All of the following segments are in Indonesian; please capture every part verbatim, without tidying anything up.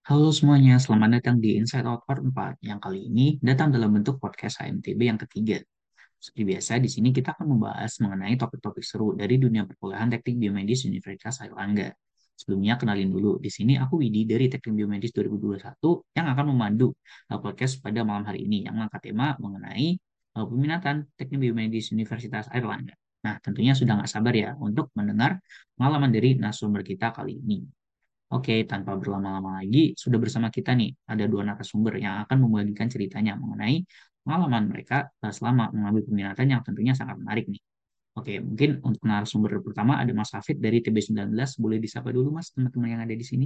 Halo semuanya, selamat datang di Inside Out Part empat yang kali ini datang dalam bentuk podcast H M T B yang ketiga. Seperti biasa, di sini kita akan membahas mengenai topik-topik seru dari dunia perkuliahan Teknik Biomedis Universitas Airlangga. Sebelumnya, kenalin dulu. Di sini aku Widi dari Teknik Biomedis dua ribu dua puluh satu yang akan memandu uh, podcast pada malam hari ini yang mengangkat tema mengenai uh, peminatan Teknik Biomedis Universitas Airlangga. Nah, tentunya sudah nggak sabar ya untuk mendengar pengalaman dari narasumber kita kali ini. Oke, tanpa berlama-lama lagi, sudah bersama kita nih, ada dua narasumber yang akan membagikan ceritanya mengenai pengalaman mereka eh, selama mengambil peminatan yang tentunya sangat menarik nih. Oke, mungkin untuk narasumber pertama ada Mas Hafid dari T B sembilan belas. Boleh disapa dulu Mas, teman-teman yang ada di sini.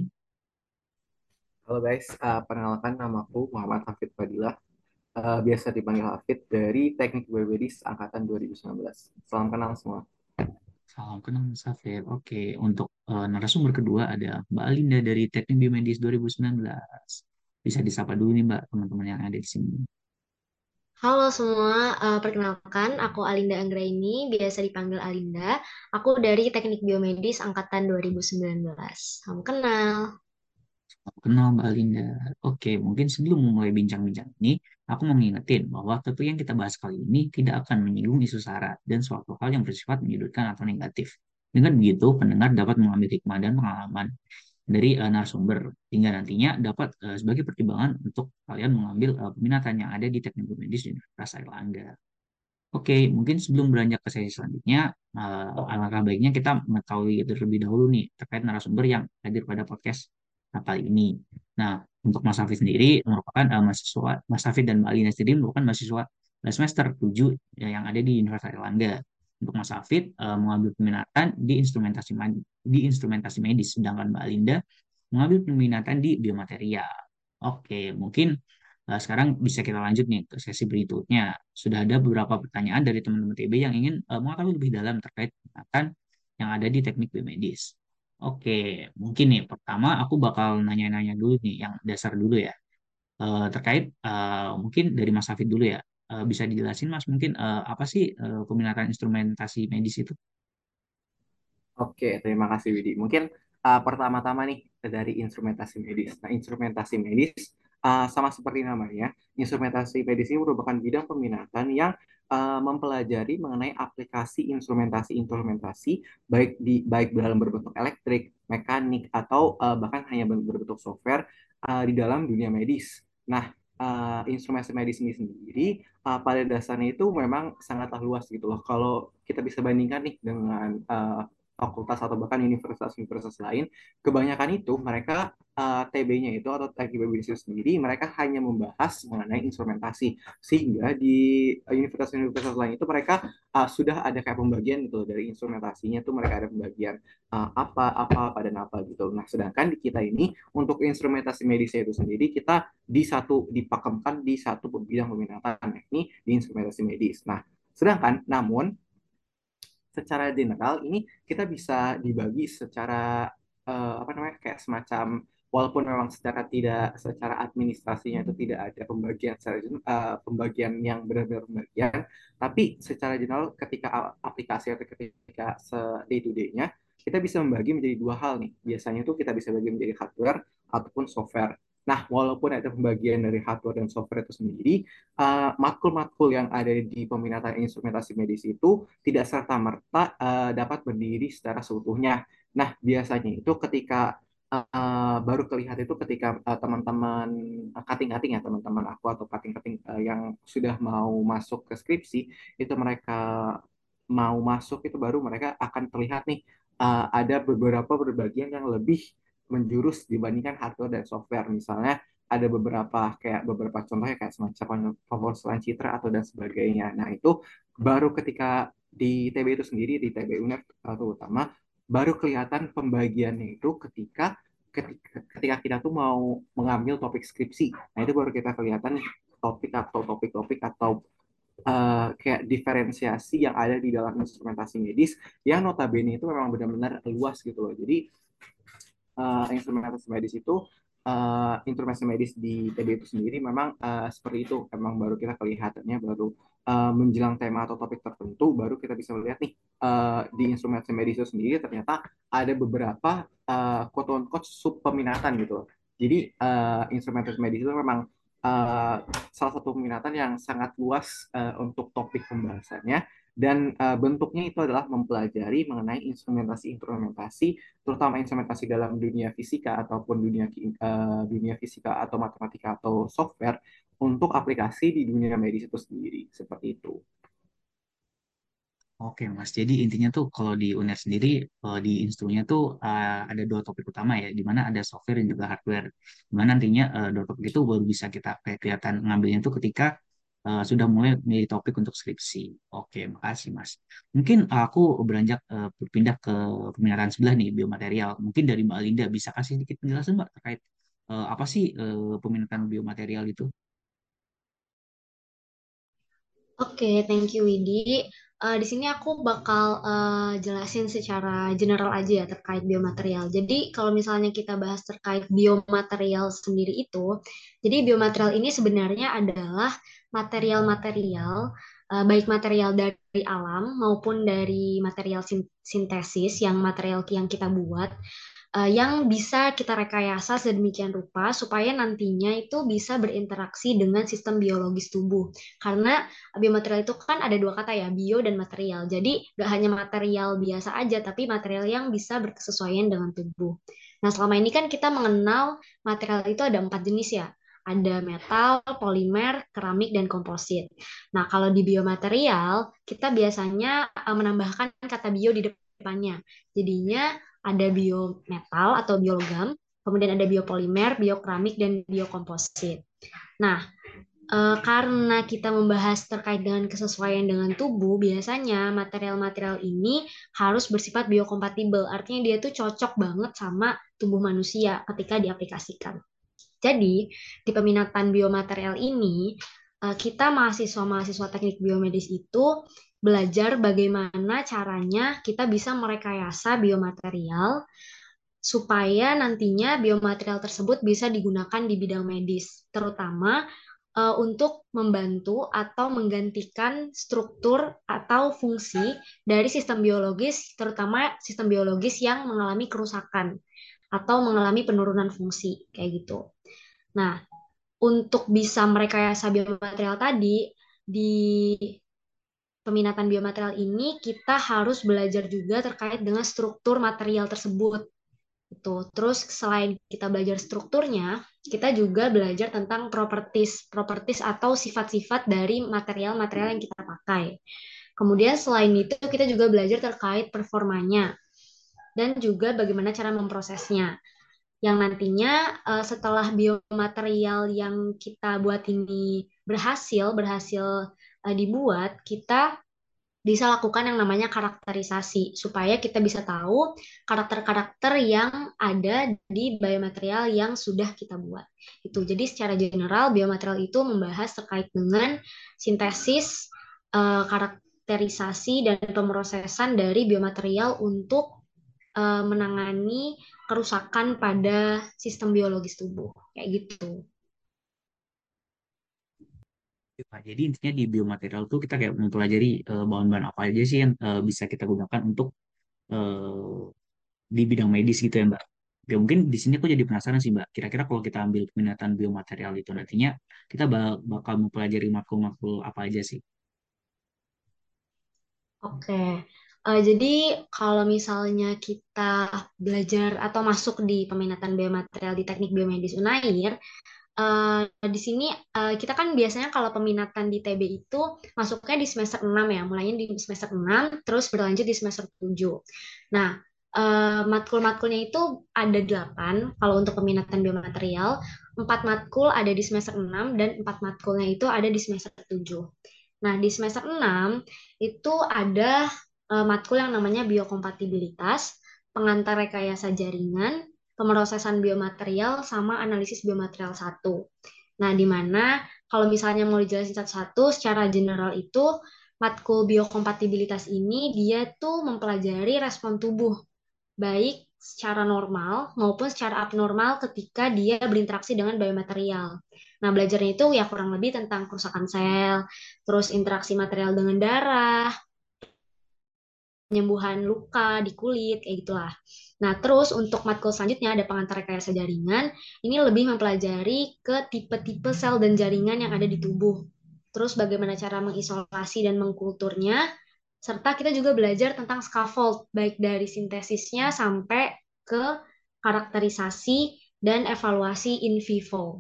Halo guys, uh, perkenalkan namaku Muhammad Hafid Fadilah, uh, biasa dipanggil Hafid dari Teknik Biomedis Angkatan dua ribu sembilan belas. Salam kenal semua. Salam kenal Mas Hafid. Oke, untuk eh, narasumber kedua ada Mbak Alinda dari Teknik Biomedis dua ribu sembilan belas. Bisa disapa dulu nih Mbak, teman-teman yang ada di sini. Halo semua, eh, perkenalkan aku Alinda Anggraini, biasa dipanggil Alinda. Aku dari Teknik Biomedis Angkatan dua ribu sembilan belas. Salam kenal. Kenal Mbak Linda. Oke, mungkin sebelum memulai bincang-bincang ini, aku mau ngingetin bahwa topik yang kita bahas kali ini tidak akan menyinggung isu sara dan suatu hal yang bersifat menyudutkan atau negatif. Dengan begitu, pendengar dapat mengambil hikmah dan pengalaman dari uh, narasumber, hingga nantinya dapat uh, sebagai pertimbangan untuk kalian mengambil uh, peminatan yang ada di Teknik Medis di Universitas Airlangga. Oke, mungkin sebelum beranjak ke sesi selanjutnya, uh, alangkah baiknya kita mengetahui terlebih dahulu nih terkait narasumber yang hadir pada podcast kali ini. Nah, untuk Mas Hafid sendiri merupakan uh, mahasiswa, Mas Hafid dan Mbak Alina sendiri merupakan mahasiswa semester tujuh ya, yang ada di Universitas Airlangga. Untuk Mas Hafid uh, mengambil peminatan di instrumentasi di instrumentasi medis, sedangkan Mbak Alinda mengambil peminatan di biomaterial. Oke, mungkin uh, sekarang bisa kita lanjut nih ke sesi berikutnya. Sudah ada beberapa pertanyaan dari teman-teman T B yang ingin uh, mengetahui lebih dalam terkait peminatan yang ada di teknik biomedis. Oke, mungkin nih pertama aku bakal nanya-nanya dulu nih yang dasar dulu ya. Eh, terkait eh, mungkin dari Mas Hafid dulu ya. Eh, bisa dijelasin Mas mungkin eh, apa sih eh, peminatan instrumentasi medis itu? Oke, terima kasih Widi. Mungkin uh, pertama-tama nih dari instrumentasi medis. Nah, instrumentasi medis uh, sama seperti namanya, instrumentasi medis ini merupakan bidang peminatan yang uh, mempelajari mengenai aplikasi instrumentasi-instrumentasi baik di baik dalam berbentuk elektrik, mekanik atau uh, bahkan hanya berbentuk software uh, di dalam dunia medis. Nah, uh, instrumentasi medis ini sendiri uh, pada dasarnya itu memang sangatlah luas gitu loh. Kalau kita bisa bandingkan nih dengan uh, fakultas atau bahkan universitas-universitas lain, kebanyakan itu mereka uh, T B-nya itu atau teknik biologi sendiri mereka hanya membahas mengenai instrumentasi, sehingga di universitas-universitas lain itu mereka uh, sudah ada kayak pembagian gitu dari instrumentasinya tuh mereka ada pembagian uh, apa apa apa dan apa gitu. Nah, sedangkan di kita ini untuk instrumentasi medisnya itu sendiri kita di satu dipakemkan di satu bidang peminatan, yakni di instrumentasi medis. Nah, sedangkan namun secara general ini kita bisa dibagi secara uh, apa namanya kayak semacam walaupun memang secara tidak secara administrasinya itu tidak ada pembagian secara uh, pembagian yang benar-benar pembagian, tapi secara general ketika aplikasi atau ketika day to day-nya kita bisa membagi menjadi dua hal nih. Biasanya itu kita bisa bagi menjadi hardware ataupun software. Nah, walaupun ada pembagian dari hardware dan software itu sendiri, uh, matkul-matkul yang ada di peminatan instrumentasi medis itu tidak serta-merta uh, dapat berdiri secara seutuhnya. Nah, biasanya itu ketika uh, baru terlihat itu ketika uh, teman-teman uh, kating-kating ya, teman-teman aku atau kating-kating uh, yang sudah mau masuk ke skripsi, itu mereka mau masuk itu baru mereka akan terlihat nih uh, ada beberapa berbagian yang lebih menjurus dibandingkan hardware dan software. Misalnya ada beberapa kayak beberapa contohnya kayak semacam pemrosesan citra atau dan sebagainya. Nah, itu baru ketika di T B itu sendiri di T B U N E F terutama baru kelihatan pembagiannya itu ketika ketika, ketika kita tuh mau mengambil topik skripsi. Nah, itu baru kita kelihatan topik atau topik-topik atau uh, kayak diferensiasi yang ada di dalam instrumentasi medis yang notabene itu memang benar-benar luas gitu loh. Jadi uh, instrumentasi medis itu uh, instrumentasi medis di T B itu sendiri memang uh, seperti itu. Emang baru kita kelihatannya baru uh, menjelang tema atau topik tertentu baru kita bisa melihat nih uh, di instrumentasi medis itu sendiri ternyata ada beberapa uh, quote on quote sub peminatan gitu loh. Jadi uh, instrumentasi medis itu memang uh, salah satu peminatan yang sangat luas uh, untuk topik pembahasannya dan uh, bentuknya itu adalah mempelajari mengenai instrumentasi-instrumentasi, terutama instrumentasi dalam dunia fisika ataupun dunia uh, dunia fisika atau matematika atau software untuk aplikasi di dunia medis itu sendiri seperti itu. Oke, Mas. Jadi intinya tuh kalau di UNER sendiri, eh, di instrunya tuh eh, ada dua topik utama ya, di mana ada software dan juga hardware. Di mana nantinya eh, dua topik itu baru bisa kita kayak kelihatan ngambilnya tuh ketika eh, sudah mulai milih topik untuk skripsi. Oke, makasih, Mas. Mungkin aku beranjak eh, berpindah ke peminatan sebelah nih, biomaterial. Mungkin dari Mbak Linda bisa kasih sedikit penjelasan, Mbak, terkait eh, apa sih eh, peminatan biomaterial itu? Oke, thank you Widi. Eh, di sini aku bakal eh, jelasin secara general aja ya terkait biomaterial. Jadi kalau misalnya kita bahas terkait biomaterial sendiri itu, jadi biomaterial ini sebenarnya adalah material-material, eh, baik material dari alam maupun dari material sin- sintesis yang material yang kita buat eh, yang bisa kita rekayasa sedemikian rupa supaya nantinya itu bisa berinteraksi dengan sistem biologis tubuh. Karena biomaterial itu kan ada dua kata ya, bio dan material. Jadi nggak hanya material biasa aja, tapi material yang bisa berkesesuaian dengan tubuh. Nah, selama ini kan kita mengenal material itu ada empat jenis ya. Ada metal, polimer, keramik, dan komposit. Nah, kalau di biomaterial, kita biasanya eh, menambahkan kata bio di depannya. Jadinya ada biometal atau biologam, kemudian ada biopolimer, biokeramik, dan biokomposit. Nah, eh, karena kita membahas terkait dengan kesesuaian dengan tubuh, biasanya material-material ini harus bersifat biokompatibel. Artinya dia tuh cocok banget sama tubuh manusia ketika diaplikasikan. Jadi, di peminatan biomaterial ini, eh, kita mahasiswa-mahasiswa teknik biomedis itu belajar bagaimana caranya kita bisa merekayasa biomaterial supaya nantinya biomaterial tersebut bisa digunakan di bidang medis, terutama eh, untuk membantu atau menggantikan struktur atau fungsi dari sistem biologis, terutama sistem biologis yang mengalami kerusakan atau mengalami penurunan fungsi, kayak gitu. Nah, untuk bisa merekayasa biomaterial tadi, di peminatan biomaterial ini kita harus belajar juga terkait dengan struktur material tersebut. Itu. Terus selain kita belajar strukturnya, kita juga belajar tentang properties, properties atau sifat-sifat dari material-material yang kita pakai. Kemudian selain itu kita juga belajar terkait performanya dan juga bagaimana cara memprosesnya. Yang nantinya uh, setelah biomaterial yang kita buat ini berhasil berhasil uh, dibuat, kita bisa lakukan yang namanya karakterisasi supaya kita bisa tahu karakter-karakter yang ada di biomaterial yang sudah kita buat. Itu. Jadi secara general biomaterial itu membahas terkait dengan sintesis, eh, karakterisasi dan pemrosesan dari biomaterial untuk eh, menangani kerusakan pada sistem biologis tubuh. Kayak gitu. Nah, jadi intinya di biomaterial tuh kita kayak mempelajari eh, bahan-bahan apa aja sih yang eh, bisa kita gunakan untuk eh, di bidang medis gitu ya Mbak. Ya mungkin di sini aku jadi penasaran sih Mbak. Kira-kira kalau kita ambil peminatan biomaterial itu nantinya kita ba- bakal mempelajari makul-makul apa aja sih? Oke, Eh, jadi kalau misalnya kita belajar atau masuk di peminatan biomaterial di Teknik Biomedis Unair, eh, di sini eh, kita kan biasanya kalau peminatan di T B itu masuknya di semester enam ya, mulainya di semester enam, terus berlanjut di semester tujuh. Nah, eh, matkul-matkulnya itu ada delapan kalau untuk peminatan biomaterial, empat matkul ada di semester enam dan empat matkulnya itu ada di semester tujuh. Nah, di semester enam itu ada eh, matkul yang namanya biokompatibilitas, pengantar rekayasa jaringan, pemrosesan biomaterial, sama analisis biomaterial satu. Nah, di mana kalau misalnya mau dijelasin satu-satu, secara general itu matkul biokompatibilitas ini dia tuh mempelajari respon tubuh, baik secara normal maupun secara abnormal ketika dia berinteraksi dengan biomaterial. Nah, belajarnya itu ya kurang lebih tentang kerusakan sel, terus interaksi material dengan darah, penyembuhan luka di kulit, kayak gitulah. Nah, terus untuk matkul selanjutnya ada pengantar rekayasa jaringan. Ini lebih mempelajari ke tipe-tipe sel dan jaringan yang ada di tubuh. Terus bagaimana cara mengisolasi dan mengkulturnya, serta kita juga belajar tentang scaffold, baik dari sintesisnya sampai ke karakterisasi dan evaluasi in vivo.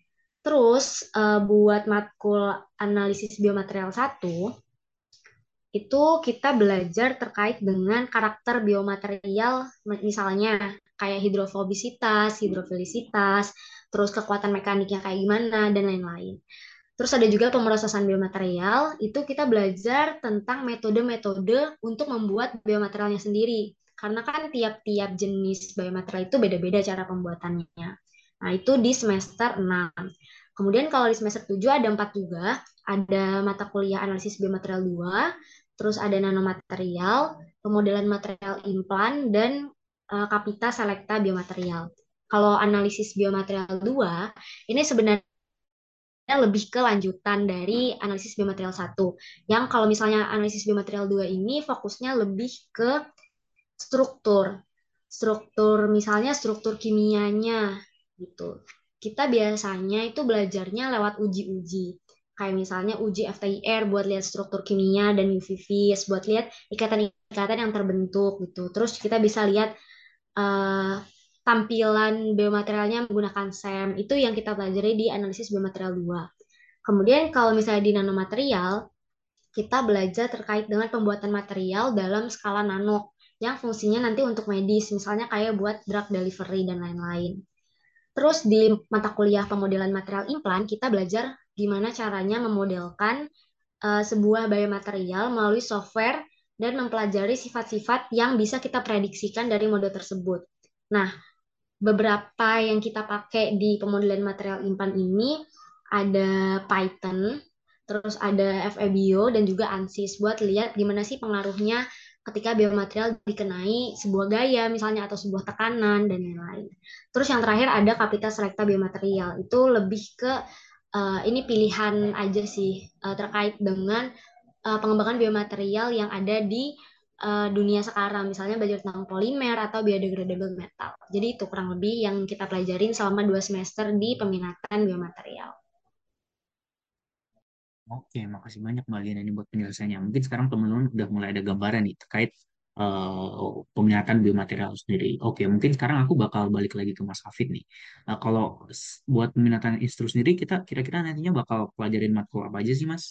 Terus eh, buat matkul analisis biomaterial satu, itu kita belajar terkait dengan karakter biomaterial, misalnya kayak hidrofobisitas, hidrofilisitas, terus kekuatan mekaniknya kayak gimana, dan lain-lain. Terus ada juga pemrosesan biomaterial, itu kita belajar tentang metode-metode untuk membuat biomaterialnya sendiri. Karena kan tiap-tiap jenis biomaterial itu beda-beda cara pembuatannya. Nah, itu di semester enam. Kemudian kalau di semester tujuh ada empat juga, ada mata kuliah analisis biomaterial dua, terus ada nanomaterial, pemodelan material implan, dan uh, kapita selekta biomaterial. Kalau analisis biomaterial dua, ini sebenarnya lebih ke lanjutan dari analisis biomaterial satu. Yang kalau misalnya analisis biomaterial dua ini fokusnya lebih ke struktur. Struktur misalnya struktur kimianya gitu. Kita biasanya itu belajarnya lewat uji-uji. Kayak misalnya uji F T I R buat lihat struktur kimia dan U V vis buat lihat ikatan-ikatan yang terbentuk gitu. Terus kita bisa lihat uh, tampilan biomaterialnya menggunakan S E M. Itu yang kita pelajari di analisis biomaterial dua. Kemudian kalau misalnya di nanomaterial, kita belajar terkait dengan pembuatan material dalam skala nano yang fungsinya nanti untuk medis, misalnya kayak buat drug delivery dan lain-lain. Terus di mata kuliah pemodelan material implan, kita belajar gimana caranya memodelkan uh, sebuah biomaterial melalui software dan mempelajari sifat-sifat yang bisa kita prediksikan dari model tersebut. Nah, beberapa yang kita pakai di pemodelan material implan ini ada Python, terus ada F E Bio dan juga ANSYS buat lihat gimana sih pengaruhnya ketika biomaterial dikenai sebuah gaya misalnya atau sebuah tekanan dan lain-lain. Terus yang terakhir ada Kapita Selekta Biomaterial. Itu lebih ke uh, ini pilihan aja sih uh, terkait dengan uh, pengembangan biomaterial yang ada di uh, dunia sekarang, misalnya belajar tentang polimer atau biodegradable metal. Jadi itu kurang lebih yang kita pelajarin selama dua semester di peminatan biomaterial. Oke, makasih banyak Mbak Lina ini buat penjelasannya. Mungkin sekarang teman-teman udah mulai ada gambaran nih terkait eh, peminatan biomaterial sendiri. Oke, mungkin sekarang aku bakal balik lagi ke Mas Hafid nih. Eh, kalau s- buat peminatan instru sendiri, kita kira-kira nantinya bakal pelajarin matkul apa aja sih, Mas?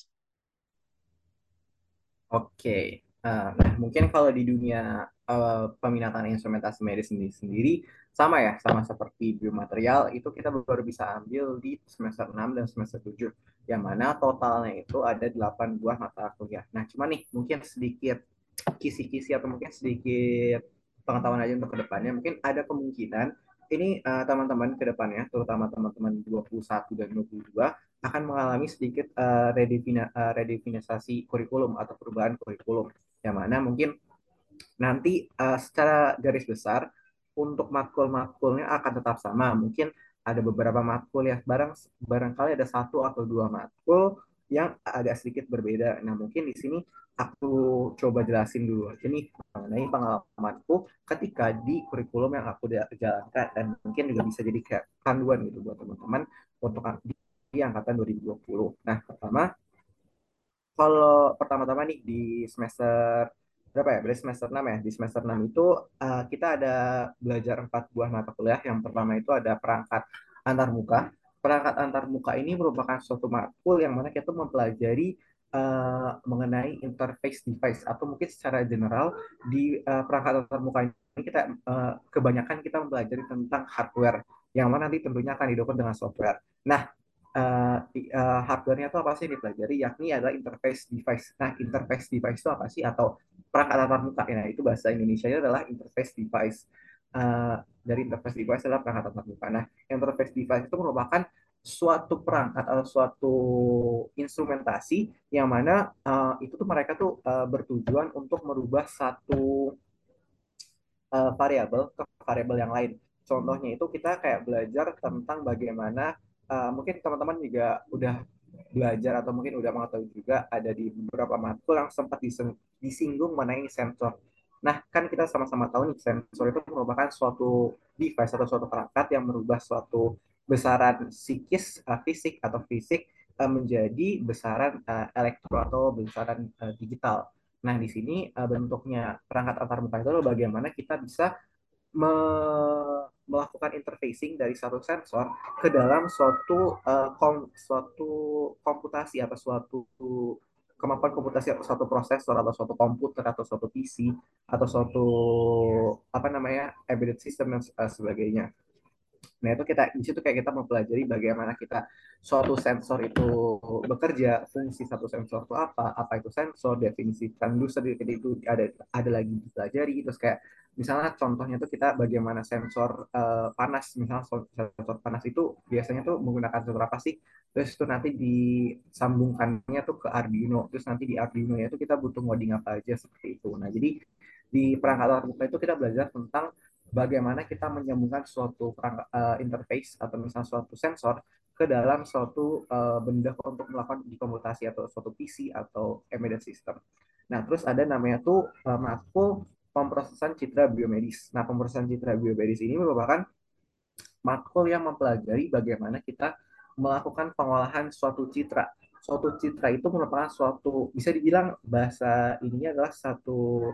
Oke, Eh, nah mungkin kalau di dunia eh, peminatan instrumentasi medis sendiri, sendiri sama ya, sama seperti biomaterial itu kita baru bisa ambil di semester enam dan semester tujuh, yang mana totalnya itu ada delapan buah mata kuliah. Nah, cuma nih mungkin sedikit kisi-kisi atau mungkin sedikit pengetahuan aja untuk kedepannya, mungkin ada kemungkinan ini uh, teman-teman kedepannya, terutama teman-teman dua puluh satu dan dua puluh dua akan mengalami sedikit uh, redefina, uh, redefinasi kurikulum atau perubahan kurikulum, yang mana mungkin nanti uh, secara garis besar untuk matkul-matkulnya akan tetap sama. Mungkin ada beberapa matkul ya, barang barangkali ada satu atau dua matkul yang agak sedikit berbeda. Nah, mungkin di sini aku coba jelasin dulu aja nih mengenai pengalamanku ketika di kurikulum yang aku jalankan, dan mungkin juga bisa jadi kayak panduan gitu buat teman-teman untuk di angkatan dua ribu dua puluh. Nah, pertama kalau pertama-tama nih di semester berapa ya? Berarti semester enam ya. Di semester enam itu uh, kita ada belajar empat buah mata kuliah. Yang pertama itu ada perangkat antarmuka. Perangkat antarmuka ini merupakan suatu matkul yang mana kita mempelajari uh, mengenai interface device, atau mungkin secara general di uh, perangkat antarmuka ini kita uh, kebanyakan kita mempelajari tentang hardware yang mana nanti tentunya akan didukung dengan software. Nah, uh, uh, hardware-nya itu apa sih yang dipelajari, yakni adalah interface device. Nah, interface device itu apa sih? Atau perangkat tatap muka. Nah, itu bahasa Indonesia-nya adalah interface device. Uh, dari interface device adalah perangkat tatap muka. Nah, interface device itu merupakan suatu perangkat atau suatu instrumentasi yang mana uh, itu tuh mereka tuh uh, bertujuan untuk merubah satu uh, variabel ke variabel yang lain. Contohnya itu kita kayak belajar tentang bagaimana uh, mungkin teman-teman juga udah belajar atau mungkin udah mengetahui juga ada di beberapa matkul yang sempat disinggung mengenai sensor. Nah, kan kita sama-sama tahu nih sensor itu merupakan suatu device atau suatu perangkat yang merubah suatu besaran psikis, uh, fisik atau fisik uh, menjadi besaran uh, elektro atau besaran uh, digital. Nah, di sini uh, bentuknya perangkat antarmuka itu adalah bagaimana kita bisa me- melakukan interfacing dari satu sensor ke dalam suatu uh, kom suatu komputasi atau suatu kemampuan komputasi atau suatu prosesor atau suatu komputer atau suatu P C atau suatu apa namanya embedded system dan uh, sebagainya. Nah, itu kita di situ kayak kita mempelajari bagaimana kita suatu sensor itu bekerja, fungsi satu sensor itu apa, apa itu sensor, definisi transducer itu ada ada lagi dipelajari. Terus kayak misalnya contohnya tuh kita bagaimana sensor uh, panas, misalnya sensor panas itu biasanya tuh menggunakan sensor apa sih? Terus itu nanti disambungkannya tuh ke Arduino. Terus nanti di Arduino itu kita butuh ngoding apa aja seperti itu. Nah, jadi di perangkat terbuka itu kita belajar tentang bagaimana kita menyambungkan suatu perangkat, uh, interface atau misalnya suatu sensor ke dalam suatu uh, benda untuk melakukan dekomputasi atau suatu P C atau embedded system. Nah, terus ada namanya tuh uh, matkul pemrosesan citra biomedis. Nah, pemrosesan citra biomedis ini merupakan matkul yang mempelajari bagaimana kita melakukan pengolahan suatu citra. Suatu citra itu merupakan suatu, bisa dibilang bahasa ininya adalah satu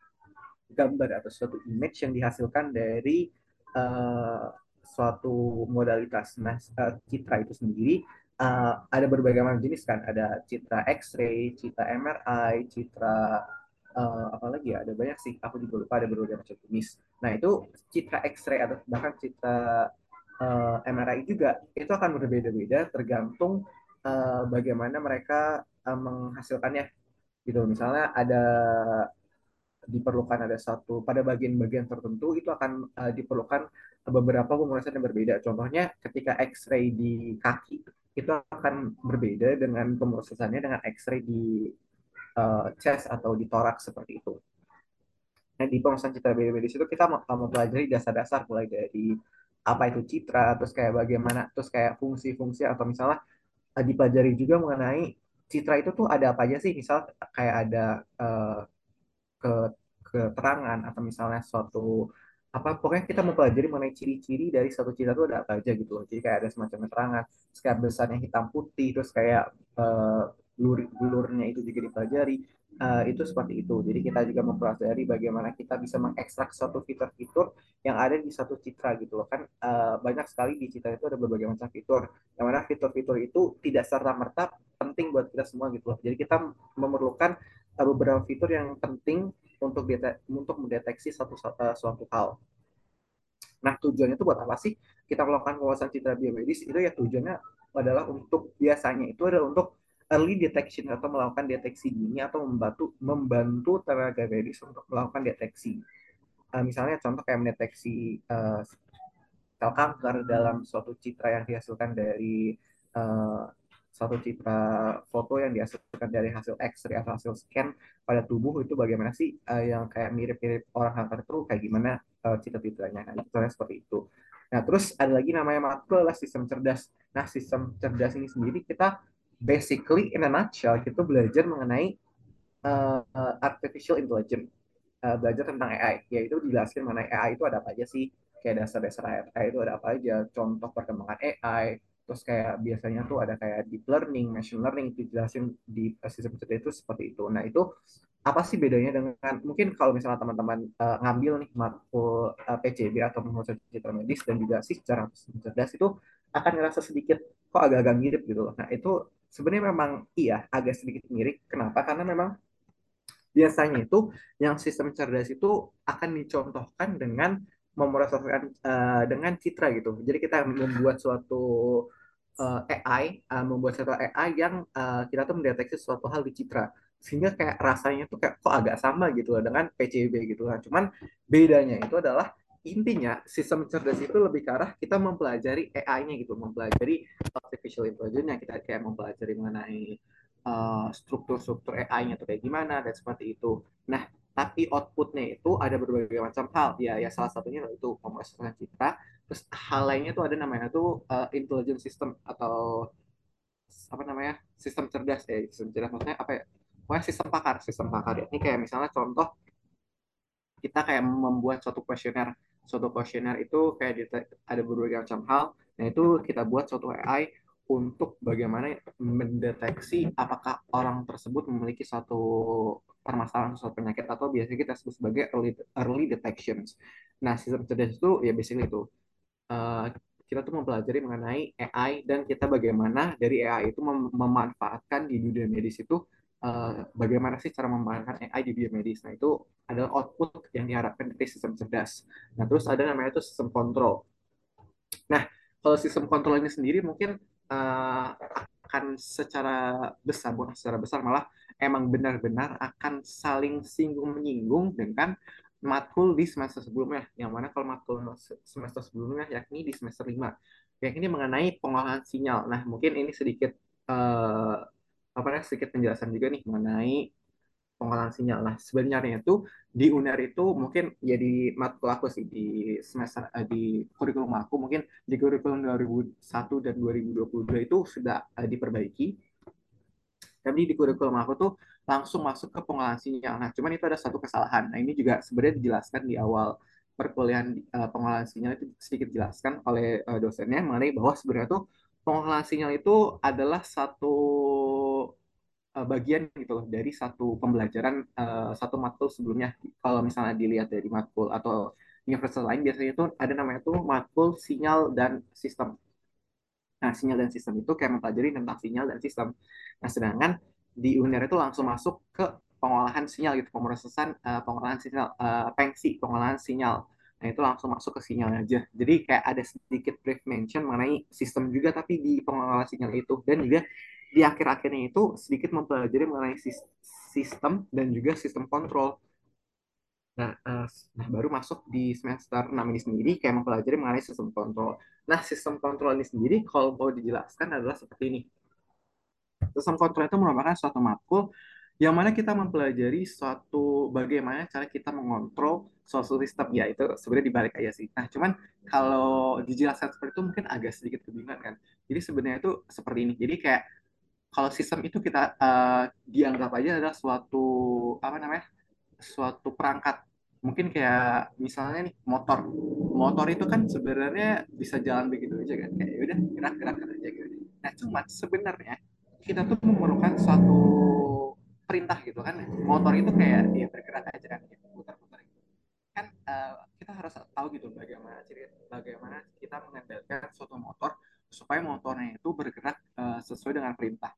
gambar atau suatu image yang dihasilkan dari uh, suatu modalitas. Nah, uh, citra itu sendiri uh, ada berbagai macam jenis kan. Ada citra X-ray, citra M R I, citra uh, apa lagi ya? Ada banyak sih. Aku juga lupa ada berbagai macam jenis. Nah, itu citra X-ray atau bahkan citra uh, M R I juga itu akan berbeda-beda tergantung uh, bagaimana mereka uh, menghasilkannya gitu. Misalnya ada diperlukan ada satu pada bagian-bagian tertentu itu akan uh, diperlukan beberapa pemrosesan yang berbeda. Contohnya ketika X-ray di kaki itu akan berbeda dengan pemrosesannya dengan X-ray di uh, chest atau di toraks seperti itu. Nah, di pemrosesan citra biomedis itu kita mau mempelajari dasar-dasar mulai dari apa itu citra, terus kayak bagaimana, terus kayak fungsi-fungsi atau misalnya uh, dipelajari juga mengenai citra itu tuh ada apa aja sih? Misal kayak ada uh, ke keterangan atau misalnya suatu apa pokoknya kita mempelajari mengenai ciri-ciri dari satu citra itu ada apa aja gitu loh. Jadi kayak ada semacam keterangan, terus kayak besarnya hitam putih, terus kayak uh, blur blurnya itu juga dipelajari. Uh, itu seperti itu. Jadi kita juga mempelajari bagaimana kita bisa mengekstrak suatu fitur-fitur yang ada di satu citra gitu loh kan. Uh, banyak sekali di citra itu ada berbagai macam fitur. Yang mana fitur-fitur itu tidak serta merta penting buat kita semua gitu loh. Jadi kita memerlukan uh, beberapa fitur yang penting untuk dete- untuk mendeteksi suatu uh, suatu hal. Nah, tujuannya itu buat apa sih? Kita melakukan pengawasan citra biomedis itu ya tujuannya adalah untuk biasanya itu adalah untuk early detection atau melakukan deteksi dini atau membantu membantu tenaga medis untuk melakukan deteksi. Uh, misalnya contoh kayak mendeteksi uh, sel kanker dalam suatu citra yang dihasilkan dari uh, suatu citra foto yang dihasilkan dari hasil X-ray atau hasil scan pada tubuh itu bagaimana sih uh, yang kayak mirip-mirip orang kanker itu kayak gimana uh, citra-citranya. Nah, itu seperti itu. Nah, terus ada lagi namanya matkul adalah sistem cerdas. Nah, sistem cerdas ini sendiri kita basically in a nutshell kita belajar mengenai uh, artificial intelligence, uh, belajar tentang A I, yaitu dijelaskan mengenai A I itu ada apa aja sih, kayak dasar-dasar A I itu ada apa aja, contoh perkembangan A I, terus kayak biasanya tuh ada kayak deep learning, machine learning, itu dijelasin di uh, sistem cerdas itu seperti itu. Nah, itu apa sih bedanya dengan mungkin kalau misalnya teman-teman uh, ngambil nih matkul uh, P C B atau pengurusan citra medis dan juga sih secara cerdas itu akan ngerasa sedikit kok agak-agak mirip gitu loh. Nah, itu sebenarnya memang iya agak sedikit mirip. Kenapa? Karena memang biasanya itu yang sistem cerdas itu akan dicontohkan dengan memproseskan uh, dengan citra gitu. Jadi kita membuat suatu uh, A I, uh, membuat suatu A I yang uh, kita tuh mendeteksi suatu hal di citra. Sehingga kayak rasanya tuh kayak kok agak sama gitu loh dengan P C B gitu lah. Cuman bedanya itu adalah intinya sistem cerdas itu lebih ke arah kita mempelajari A I-nya gitu, mempelajari artificial intelligence-nya, kita kayak mempelajari mengenai uh, struktur-struktur A I-nya tuh kayak gimana dan seperti itu. Nah, tapi outputnya itu ada berbagai macam hal. Ya, ya salah satunya itu pemrosesan citra. Terus hal lainnya tuh ada namanya tuh uh, intelligence system atau apa namanya sistem cerdas ya sistem cerdas maksudnya apa ya pokoknya sistem pakar sistem pakar ya ini kayak misalnya contoh kita kayak membuat suatu kuesioner suatu kuesioner itu kayak di- ada berbagai macam hal nah itu kita buat suatu A I untuk bagaimana mendeteksi apakah orang tersebut memiliki suatu permasalahan suatu penyakit atau biasanya kita sebut sebagai early early detections. Nah, sistem cerdas itu ya basically itu uh, kita tuh mempelajari mengenai A I dan kita bagaimana dari A I itu mem- memanfaatkan di dunia medis itu uh, bagaimana sih cara memanfaatkan A I di dunia medis. Nah, itu adalah output yang diharapkan dari sistem cerdas. Nah, terus ada namanya itu sistem kontrol. Nah, kalau sistem kontrol ini sendiri mungkin uh, akan secara besar, bukan secara besar, malah emang benar-benar akan saling singgung menyinggung dengan matkul di semester sebelumnya. Yang mana kalau matkul semester sebelumnya yakni di semester lima. Yang ini mengenai pengolahan sinyal. Nah, mungkin ini sedikit uh, apa namanya sedikit penjelasan juga nih mengenai pengolahan sinyal. Nah, sebenarnya itu di U N E R itu mungkin ya di matkul aku sih di semester eh, di kurikulum aku mungkin di kurikulum dua ribu satu dan dua ribu dua puluh dua itu sudah eh, diperbaiki. Tapi di kurikulum aku tuh langsung masuk ke pengolahan sinyal. Nah, cuman itu ada satu kesalahan. Nah, ini juga sebenarnya dijelaskan di awal perkuliahan uh, pengolahan sinyal itu sedikit dijelaskan oleh uh, dosennya mengenai bahwa sebenarnya tuh pengolahan sinyal itu adalah satu uh, bagian gitu loh dari satu pembelajaran uh, satu matkul sebelumnya. Kalau misalnya dilihat dari matkul atau universitas lain biasanya itu ada namanya tuh matkul sinyal dan sistem. Nah, sinyal dan sistem itu kayak mempelajari tentang sinyal dan sistem. Nah, sedangkan di U N E R itu langsung masuk ke pengolahan sinyal gitu, pemrosesan uh, pengolahan sinyal, uh, pengsi, pengolahan sinyal. Nah, itu langsung masuk ke sinyal aja. Jadi kayak ada sedikit brief mention mengenai sistem juga, tapi di pengolahan sinyal itu. Dan juga di akhir-akhirnya itu sedikit mempelajari mengenai sistem dan juga sistem kontrol. Nah, uh, nah, baru masuk di semester enam ini sendiri kayak mempelajari mengenai sistem kontrol. Nah, sistem kontrol ini sendiri kalau mau dijelaskan adalah seperti ini. Sistem kontrol itu merupakan suatu matkul yang mana kita mempelajari suatu bagaimana cara kita mengontrol suatu sistem. Ya, itu sebenarnya dibalik aja sih. Nah, cuman kalau dijelaskan seperti itu mungkin agak sedikit kebingungan kan. Jadi sebenarnya itu seperti ini. Jadi kayak kalau sistem itu kita uh, dianggap aja adalah suatu apa namanya suatu perangkat mungkin kayak misalnya nih motor motor itu kan sebenarnya bisa jalan begitu aja kan kayak ya udah gerak-gerak aja gitu nah cuma sebenarnya kita tuh memerlukan suatu perintah gitu kan motor itu kayak ya bergerak aja kan gitu, putar-putar gitu. Kan uh, kita harus tahu gitu bagaimana bagaimana kita mengendalikan suatu motor supaya motornya itu bergerak uh, sesuai dengan perintah.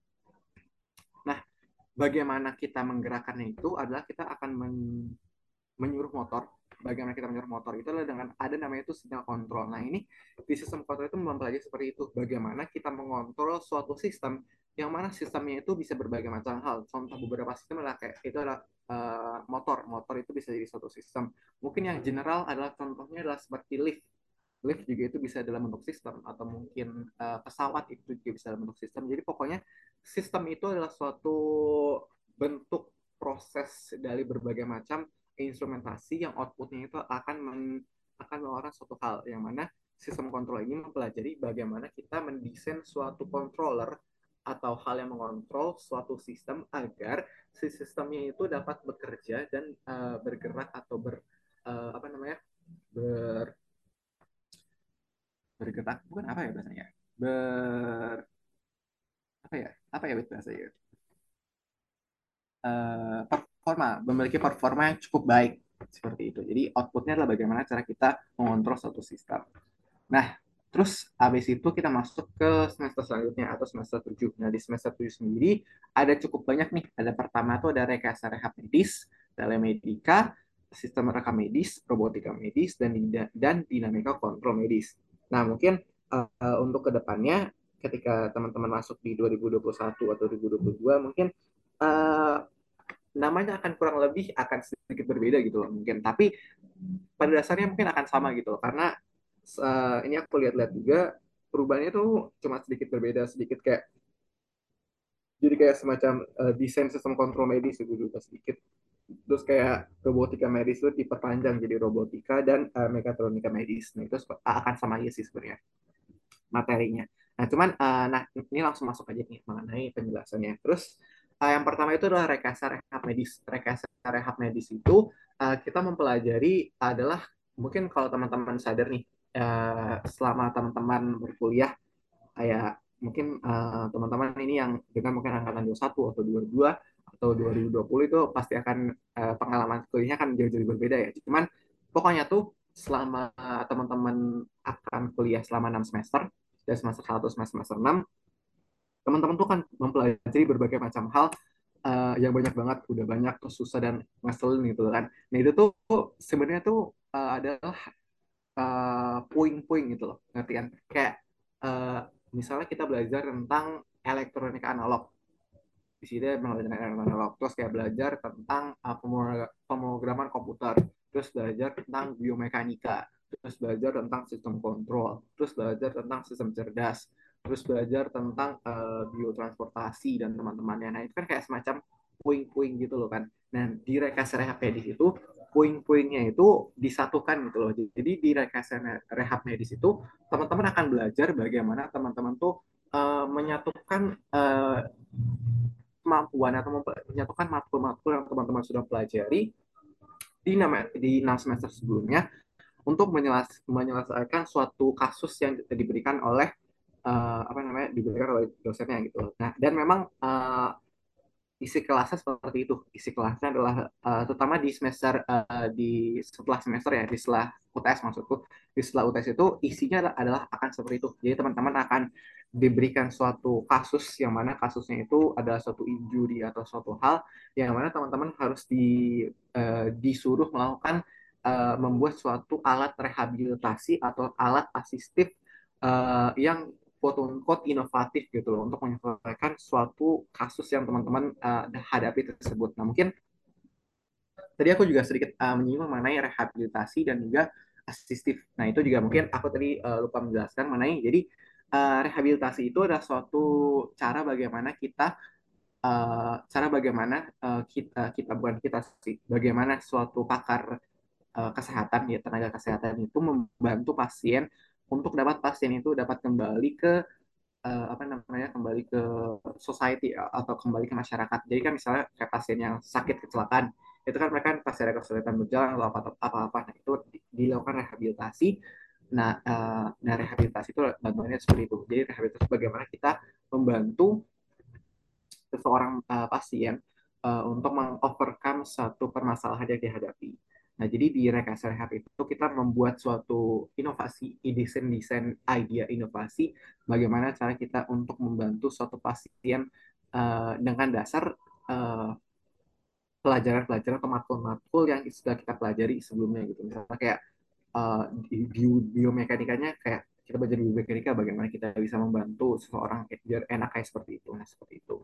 Nah, bagaimana kita menggerakkannya itu adalah kita akan men menyuruh motor. Bagaimana kita menyuruh motor itu adalah dengan ada namanya itu sinyal kontrol. Nah, ini di sistem kontrol itu mempelajari seperti itu. Bagaimana kita mengontrol suatu sistem yang mana sistemnya itu bisa berbagai macam hal. Contoh beberapa sistem adalah kayak itu adalah uh, motor. Motor itu bisa jadi suatu sistem. Mungkin yang general adalah contohnya adalah seperti lift. Lift juga itu bisa dalam bentuk sistem atau mungkin uh, pesawat itu juga bisa dalam bentuk sistem. Jadi pokoknya sistem itu adalah suatu bentuk proses dari berbagai macam instrumentasi yang outputnya itu akan men, akan mengeluarkan suatu hal yang mana sistem kontrol ini mempelajari bagaimana kita mendesain suatu controller atau hal yang mengontrol suatu sistem agar si sistemnya itu dapat bekerja dan uh, bergerak atau ber uh, apa namanya ber bergerak bukan apa ya bahasanya ber apa ya apa ya bahasanya uh, performa, memiliki performa yang cukup baik seperti itu. Jadi outputnya adalah bagaimana cara kita mengontrol suatu sistem. Nah, terus habis itu kita masuk ke semester selanjutnya atau semester tujuh. Nah, di semester tujuh sendiri ada cukup banyak nih. Ada pertama itu ada rekayasa rehab medis, telemedika, sistem rekam medis, robotika medis, dan dan dinamika kontrol medis. Nah, mungkin uh, untuk kedepannya ketika teman-teman masuk di dua ribu dua puluh satu atau dua ribu dua puluh dua mungkin uh, namanya akan kurang lebih akan sedikit berbeda gitu loh mungkin tapi pada dasarnya mungkin akan sama gitu loh karena uh, ini aku lihat-lihat juga perubahannya tuh cuma sedikit berbeda sedikit kayak jadi kayak semacam uh, desain sistem kontrol medis itu juga sedikit terus kayak robotika medis itu diperpanjang jadi robotika dan uh, mekatronika medis nah itu akan sama aja sih sebenarnya materinya Nah, cuman uh, nah ini langsung masuk aja nih mengenai penjelasannya. Terus uh, yang pertama itu adalah rekayasa rehab medis. Rekayasa rehab medis itu uh, kita mempelajari adalah mungkin kalau teman-teman sadar nih uh, selama teman-teman berkuliah kayak mungkin uh, teman-teman ini yang dengan mungkin angkatan dua puluh satu atau dua puluh dua atau dua ribu dua puluh itu pasti akan uh, pengalaman kuliahnya akan jauh-jauh berbeda ya. Cuman pokoknya tuh selama teman-teman akan kuliah selama enam semester dari semester satu sampai semester enam, teman-teman tuh kan mempelajari berbagai macam hal uh, yang banyak banget, udah banyak terus susah dan ngeselin gitu kan. Nah itu tuh sebenarnya tuh uh, adalah uh, puing-puing gitu loh, ngerti kan? Kayak uh, misalnya kita belajar tentang elektronika analog, di sini belajar analog, terus kayak belajar tentang uh, pemrograman komputer, terus belajar tentang biomekanika, terus belajar tentang sistem kontrol, terus belajar tentang sistem cerdas, terus belajar tentang uh, biotransportasi dan teman-temannya. Nah itu kan kayak semacam puing-puing gitu loh kan. Nah di rekayasa rehab medis itu puing-puingnya itu disatukan gitu loh. Jadi di rekayasa rehab medis itu teman-teman akan belajar bagaimana teman-teman tuh uh, menyatukan uh, kemampuan atau menyatukan matkul-matkul yang teman-teman sudah pelajari di nama di enam semester sebelumnya untuk menyelas, menyelesaikan suatu kasus yang diberikan oleh uh, apa namanya diberikan oleh dosennya gitu. Nah dan memang uh, isi kelasnya seperti itu. Isi kelasnya adalah uh, terutama di semester uh, di setelah semester ya, di setelah U T S maksudku. Di setelah U T S itu isinya adalah akan seperti itu. Jadi teman-teman akan diberikan suatu kasus yang mana kasusnya itu adalah suatu injury atau suatu hal yang mana teman-teman harus di uh, disuruh melakukan uh, membuat suatu alat rehabilitasi atau alat asistif uh, yang quote unquote inovatif gitu loh untuk menyelesaikan suatu kasus yang teman-teman uh, hadapi tersebut. Nah mungkin tadi aku juga sedikit uh, menyinggung mengenai rehabilitasi dan juga asistif. Nah itu juga mungkin aku tadi uh, lupa menjelaskan mengenai jadi uh, rehabilitasi itu adalah suatu cara bagaimana kita uh, cara bagaimana uh, kita kita bukan kita sih bagaimana suatu pakar uh, kesehatan ya tenaga kesehatan itu membantu pasien untuk dapat pasien itu dapat kembali ke uh, apa namanya kembali ke society atau kembali ke masyarakat. Jadi kan misalnya kayak pasien yang sakit kecelakaan itu kan mereka kan pasti ada kesulitan berjalan atau apa-apa. Nah itu dilakukan rehabilitasi. Nah, uh, nah rehabilitasi itu bantuannya seperti itu. Jadi rehabilitasi bagaimana kita membantu seseorang uh, pasien uh, untuk mengovercome satu permasalahan yang dihadapi. Nah, jadi di rekayasa rehab itu kita membuat suatu inovasi, desain-desain idea inovasi, bagaimana cara kita untuk membantu suatu pasien uh, dengan dasar uh, pelajaran-pelajaran atau matkul-matkul yang sudah kita pelajari sebelumnya gitu. Misalnya kayak uh, bio, biomekanikanya kayak kita belajar biomekanika bagaimana kita bisa membantu seseorang biar enak kayak seperti itu. Nah, seperti itu.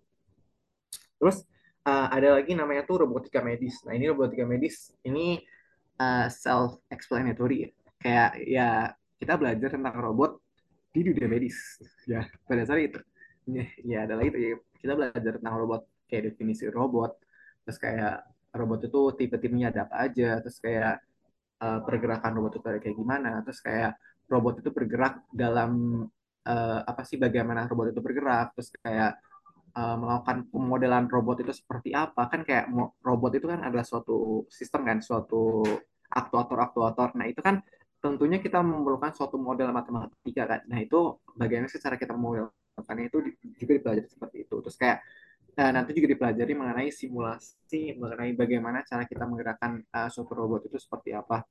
Terus uh, ada lagi namanya tuh robotika medis. Nah ini robotika medis ini uh, self explanatory ya. Kayak ya kita belajar tentang robot di dunia medis. Ya pada saat itu. Ya, ya adalah itu ya. Kita belajar tentang robot kayak definisi robot. Terus kayak robot itu tipe-tipenya ada apa aja. Terus kayak uh, pergerakan robot itu kayak gimana. Terus kayak robot itu bergerak dalam uh, apa sih bagaimana robot itu bergerak. Terus kayak uh, melakukan pemodelan robot itu seperti apa kan kayak robot itu kan adalah suatu sistem kan suatu aktuator-aktuator nah itu kan tentunya kita memerlukan suatu model matematika kan nah itu bagaimana sih cara kita memodelkannya itu juga dipelajari seperti itu terus kayak uh, nanti juga dipelajari mengenai simulasi mengenai bagaimana cara kita menggerakkan uh, suatu robot itu seperti apa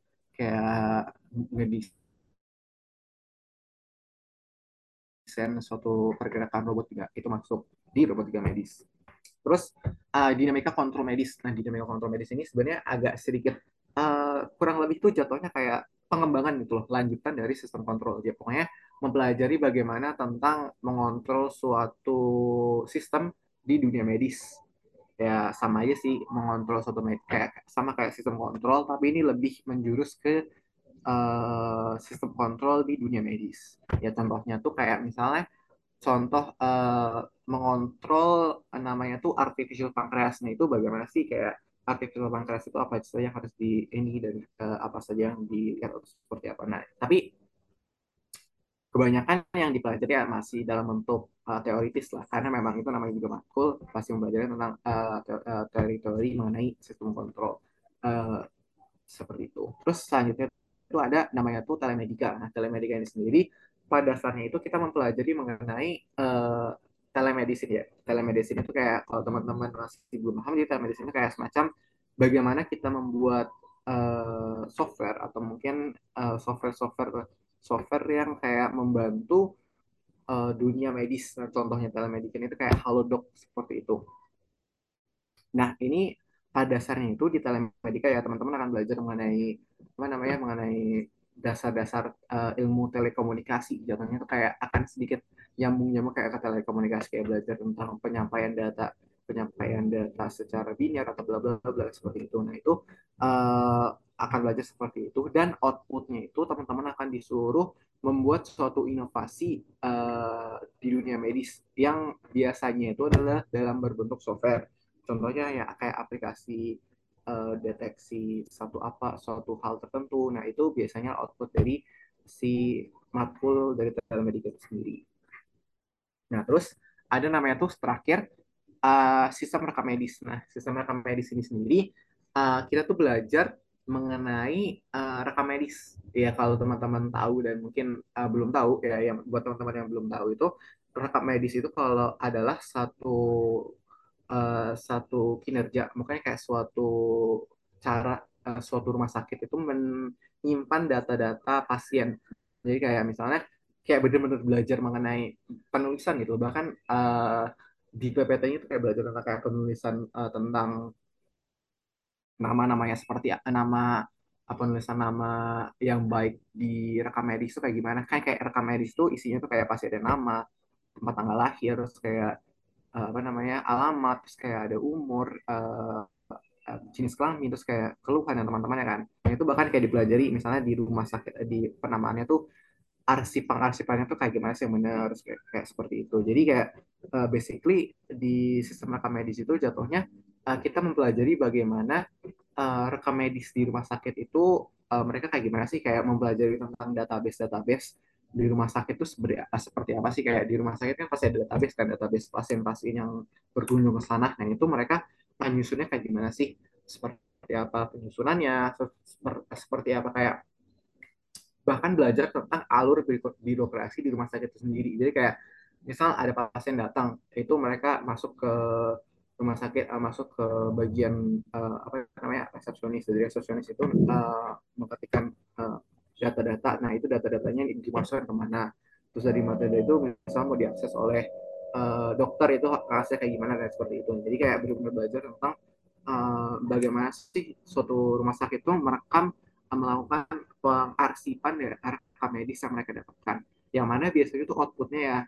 kayak ngedesain suatu pergerakan robot juga itu masuk di robotika medis. Terus uh, dinamika kontrol medis. Nah, dinamika kontrol medis ini sebenarnya agak sedikit uh, kurang lebih itu jatuhnya kayak pengembangan gitu loh, lanjutan dari sistem kontrol. Jadi pokoknya mempelajari bagaimana tentang mengontrol suatu sistem di dunia medis. Ya sama aja sih mengontrol suatu med kayak sama kayak sistem kontrol, tapi ini lebih menjurus ke uh, sistem kontrol di dunia medis. Ya contohnya tuh kayak misalnya contoh uh, mengontrol uh, namanya tuh artificial pancreas. Nah itu bagaimana sih kayak artificial pancreas itu apa saja yang harus di ini dan uh, apa saja yang dilihat seperti apa. Nah tapi kebanyakan yang dipelajari ya masih dalam bentuk uh, teoritis lah, karena memang itu namanya juga matkul, pasti mempelajari tentang uh, te- uh, teori-teori mengenai sistem kontrol. Uh, Seperti itu. Terus selanjutnya itu ada namanya tuh telemedika. Nah, telemedika ini sendiri pada dasarnya itu kita mempelajari mengenai uh, telemedicine ya. Telemedicine itu kayak kalau teman-teman masih belum paham, jadi telemedicine itu kayak semacam bagaimana kita membuat uh, software atau mungkin uh, software-software software yang kayak membantu uh, dunia medis. Nah, contohnya telemedicine itu kayak Halodoc seperti itu. Nah, ini pada dasarnya itu di telemedika ya teman-teman akan belajar mengenai apa namanya mengenai dasar-dasar uh, ilmu telekomunikasi. Jatuhnya itu kayak akan sedikit nyambung-nyambung kayak ke telekomunikasi, kayak belajar tentang penyampaian data penyampaian data secara biner atau bla bla bla seperti itu. Nah, itu uh, akan belajar seperti itu, dan outputnya itu teman-teman akan disuruh membuat suatu inovasi uh, di dunia medis yang biasanya itu adalah dalam berbentuk software. Contohnya ya kayak aplikasi uh, deteksi satu apa suatu hal tertentu. Nah, itu biasanya output dari si matkul dari telemedika itu sendiri. Nah, terus ada namanya tuh terakhir uh, sistem rekam medis. Nah, sistem rekam medis ini sendiri uh, kita tuh belajar mengenai uh, rekam medis. Ya, kalau teman-teman tahu dan mungkin uh, belum tahu ya, yang buat teman-teman yang belum tahu itu rekam medis itu kalau adalah satu uh, satu kinerja, makanya kayak suatu cara uh, suatu rumah sakit itu menyimpan data-data pasien. Jadi kayak misalnya kayak benar-benar belajar mengenai penulisan gitu. Bahkan uh, di P P T-nya itu kayak belajar tentang kayak penulisan uh, tentang nama-namanya seperti nama apa penulisan nama yang baik di rekam medis itu kayak gimana. Kayak kayak rekam medis tuh isinya tuh kayak pasti ada nama, tempat tanggal lahir, terus kayak uh, apa namanya alamat, terus kayak ada umur, uh, jenis kelamin, terus kayak keluhan dan teman-temannya kan. Nah, itu bahkan kayak dipelajari misalnya di rumah sakit di penamaannya tuh arsip pengarsipannya tuh kayak gimana sih yang benar, kayak, kayak seperti itu. Jadi kayak uh, basically di sistem rekam medis itu jatuhnya uh, kita mempelajari bagaimana uh, rekam medis di rumah sakit itu uh, mereka kayak gimana sih, kayak mempelajari tentang database-database di rumah sakit itu seperti, seperti apa sih, kayak di rumah sakit kan pasti ada database kan, database pasien-pasien yang berkunjung ke sana. Nah, itu mereka penyusunnya kayak gimana sih, seperti apa penyusunannya, seperti apa kayak bahkan belajar tentang alur birokrasi di rumah sakit itu sendiri. Jadi kayak misal ada pasien datang, itu mereka masuk ke rumah sakit, uh, masuk ke bagian uh, apa namanya resepsionis. Jadi resepsionis itu uh, mengetikkan uh, data-data. Nah, itu data-datanya dimasukkan kemana. Terus dari metode itu misal mau diakses oleh uh, dokter, itu hasilnya kayak gimana dan seperti itu. Jadi kayak benar-benar belajar tentang uh, bagaimana sih suatu rumah sakit itu merekam, uh, melakukan pengarsipan dari rekam medis yang mereka dapatkan. Yang mana biasanya itu outputnya ya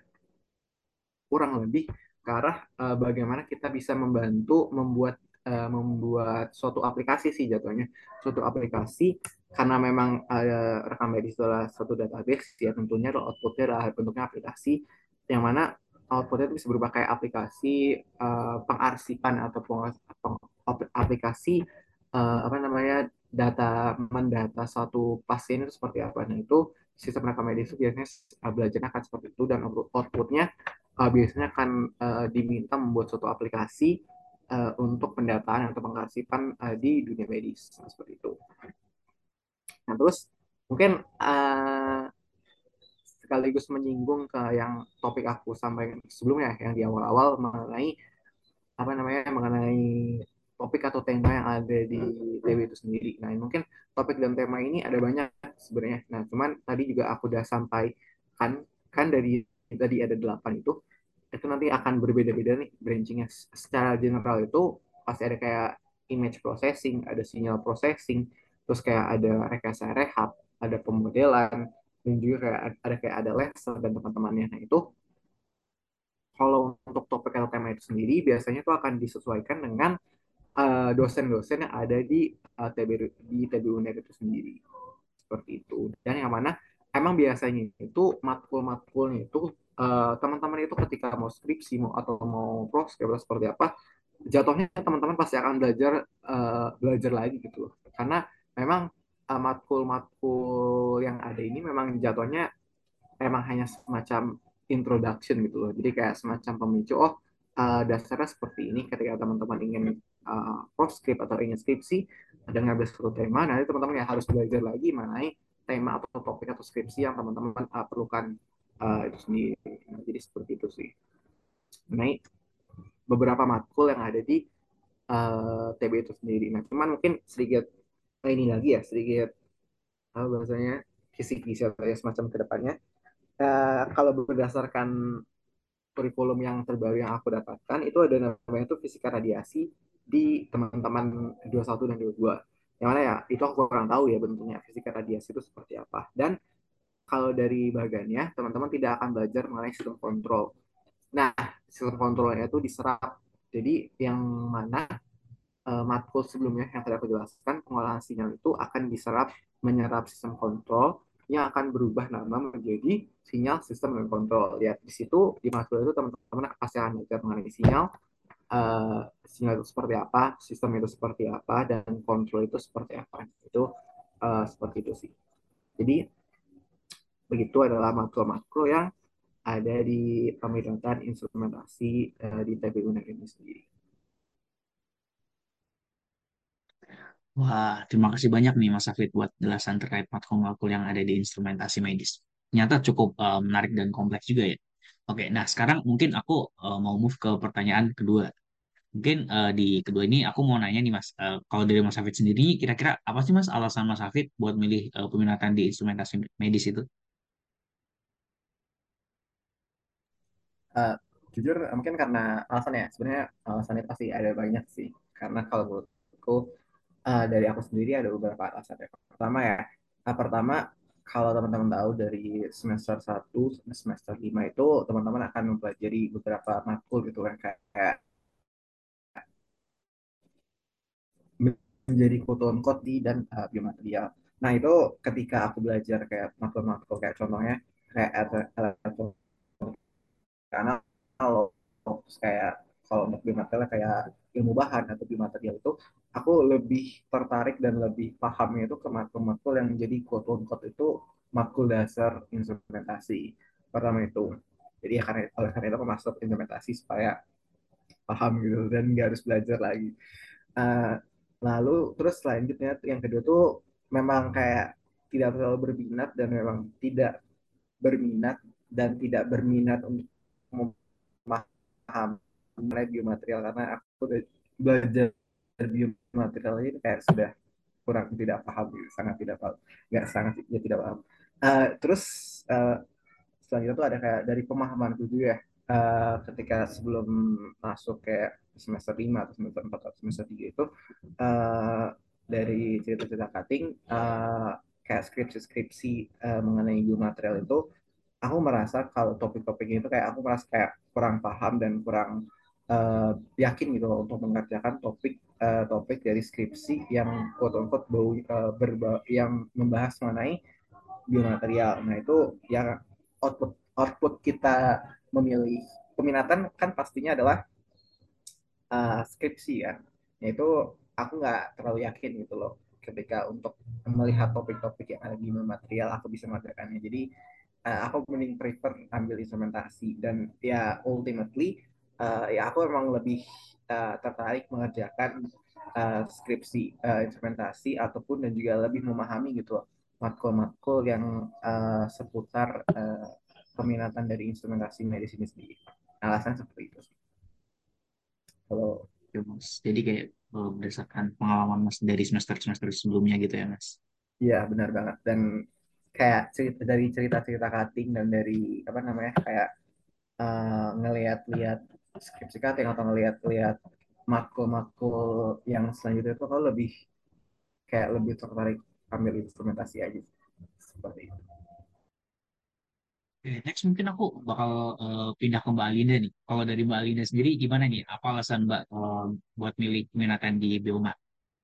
kurang lebih ke arah uh, bagaimana kita bisa membantu membuat uh, membuat suatu aplikasi sih jatuhnya. Suatu aplikasi, karena memang uh, rekam medis adalah suatu database ya, tentunya outputnya adalah bentuknya aplikasi yang mana outputnya itu bisa berubah kayak aplikasi uh, pengarsipan atau peng, peng, aplikasi uh, apa namanya data mendata satu pasien itu seperti apa. Nah, itu sistem rekam medis itu biasanya uh, belajarnya akan seperti itu, dan outputnya uh, biasanya akan uh, diminta membuat suatu aplikasi uh, untuk pendataan atau pengarsipan uh, di dunia medis. Nah, seperti itu. Nah, terus mungkin uh, sekaligus menyinggung ke yang topik aku sampaikan sebelumnya yang di awal-awal mengenai apa namanya mengenai topik atau tema yang ada di T W itu sendiri. Nah, mungkin topik dan tema ini ada banyak sebenarnya. Nah, cuman tadi juga aku udah sampaikan kan dari tadi ada delapan itu itu nanti akan berbeda-beda nih branchingnya. Secara general itu pasti ada kayak image processing, ada sinyal processing, terus kayak ada rekayasa rehab, ada pemodelan, dan juga kayak ada kayak ada laser dan teman-temannya. Nah, itu kalau untuk topik atau tema itu sendiri biasanya itu akan disesuaikan dengan uh, dosen-dosen yang ada di uh, T B di T B U N E R itu sendiri, seperti itu. Dan yang mana emang biasanya itu matkul-matkulnya itu uh, teman-teman itu ketika mau skripsi mau atau mau prosk atau seperti apa, jatuhnya teman-teman pasti akan belajar uh, belajar lagi gitu loh. Karena memang uh, matkul-matkul yang ada ini memang jatuhnya emang hanya semacam introduction gitu loh. Jadi kayak semacam pemicu, oh uh, dasarnya seperti ini ketika teman-teman ingin uh, postscript atau ingin skripsi, ada ngambil suatu tema, nanti teman-teman ya harus belajar lagi mengenai tema atau topik atau skripsi yang teman-teman uh, perlukan uh, itu sendiri. Nah, jadi seperti itu sih. Mengenai beberapa matkul yang ada di uh, T B itu sendiri. Nah, cuman mungkin sedikit eh, ini lagi ya, sedikit uh, bahasanya kisi-kisi atau ya semacam kedepannya. Uh, kalau berdasarkan kurikulum yang terbaru yang aku dapatkan itu ada namanya itu fisika radiasi di teman-teman dua puluh satu dan dua puluh dua. Yang mana ya itu aku kurang tahu ya bentuknya fisika radiasi itu seperti apa. Dan kalau dari bagannya teman-teman tidak akan belajar mengenai sistem kontrol. Nah, sistem kontrolnya itu diserap. Jadi yang mana uh, matkul sebelumnya yang tadi aku jelaskan, pengolahan sinyal itu akan diserap menyerap sistem kontrol yang akan berubah nama menjadi sinyal sistem dan kontrol. Ya, di situ di matkul itu teman-teman pasti akan belajar mengenai sinyal, uh, sinyal itu seperti apa, sistem itu seperti apa, dan kontrol itu seperti apa. Itu uh, seperti itu sih. Jadi begitu adalah makro-makro yang ada di pemidatan instrumentasi uh, di T B U N E R ini sendiri. Wah, terima kasih banyak nih Mas Hafid buat jelasan terkait matkul-matkul yang ada di instrumentasi medis. Ternyata cukup eh, menarik dan kompleks juga ya. Oke, nah sekarang mungkin aku eh, mau move ke pertanyaan kedua. Mungkin eh, di kedua ini aku mau nanya nih Mas, eh, kalau dari Mas Hafid sendiri, kira-kira apa sih Mas alasan Mas Hafid buat milih eh, peminatan di instrumentasi medis itu? Uh, jujur mungkin karena alasannya sebenarnya alasannya pasti ada banyak sih karena kalau menurutku uh, dari aku sendiri ada beberapa alasan ya. Pertama ya, uh, pertama kalau teman-teman tahu dari semester satu sampai semester lima itu teman-teman akan mempelajari beberapa matkul gitu kan kayak menjadi quote on quote di dan uh, biomaterial. Nah itu ketika aku belajar kayak matkul-matkul kayak contohnya kayak karena kalau kayak kalau untuk biomaterial kayak ilmu bahan atau biomaterial itu aku lebih tertarik dan lebih pahamnya itu ke matkul-matkul yang menjadi quote on quote itu matkul dasar instrumentasi pertama itu. Jadi ya karena oleh karena itu aku masuk implementasi supaya paham gitu dan nggak harus belajar lagi. Uh, lalu terus selanjutnya yang kedua tuh memang kayak tidak terlalu berminat dan memang tidak berminat dan tidak berminat untuk memahami biomaterial karena aku udah belajar biomaterial ini kayak sudah kurang tidak paham gitu, sangat tidak paham nggak sangat ya tidak paham. Uh, terus uh, selanjutnya tuh ada kayak dari pemahaman juga ya uh, ketika sebelum masuk kayak semester lima atau semester empat atau semester tiga itu uh, dari cerita-cerita cutting uh, kayak skripsi-skripsi uh, mengenai biomaterial itu aku merasa kalau topik-topik itu kayak aku merasa kayak kurang paham dan kurang uh, yakin gitu loh untuk mengerjakan topik uh, topik dari skripsi yang quote unquote bau, uh, berba, yang membahas mengenai biomaterial. Nah itu yang output output kita memilih peminatan kan pastinya adalah uh, skripsi ya. Yaitu aku nggak terlalu yakin gitu loh ketika untuk melihat topik-topik yang ada di material aku bisa mengerjakannya. Jadi uh, aku mending prefer ambil instrumentasi dan ya ultimately uh, ya aku memang lebih uh, tertarik mengerjakan uh, skripsi uh, instrumentasi ataupun dan juga lebih memahami gitu loh matkul-matkul yang uh, seputar uh, peminatan dari instrumentasi medis ini sendiri. Alasan seperti itu. Kalau Ya, Mas. Jadi kayak eh, berdasarkan pengalaman Mas dari semester-semester sebelumnya gitu ya Mas. iya benar banget dan kayak cerita dari cerita-cerita cutting dan dari apa namanya kayak uh, ngelihat-lihat skripsi cutting atau ngelihat-lihat makul-makul yang selanjutnya itu kalau lebih kayak lebih tertarik ambil instrumentasi aja seperti itu. Oke, next mungkin aku bakal eh, pindah ke Mbak Alinda nih. Kalau dari Mbak Alinda sendiri gimana nih? Apa alasan Mbak eh, buat milih peminatan di Bioma?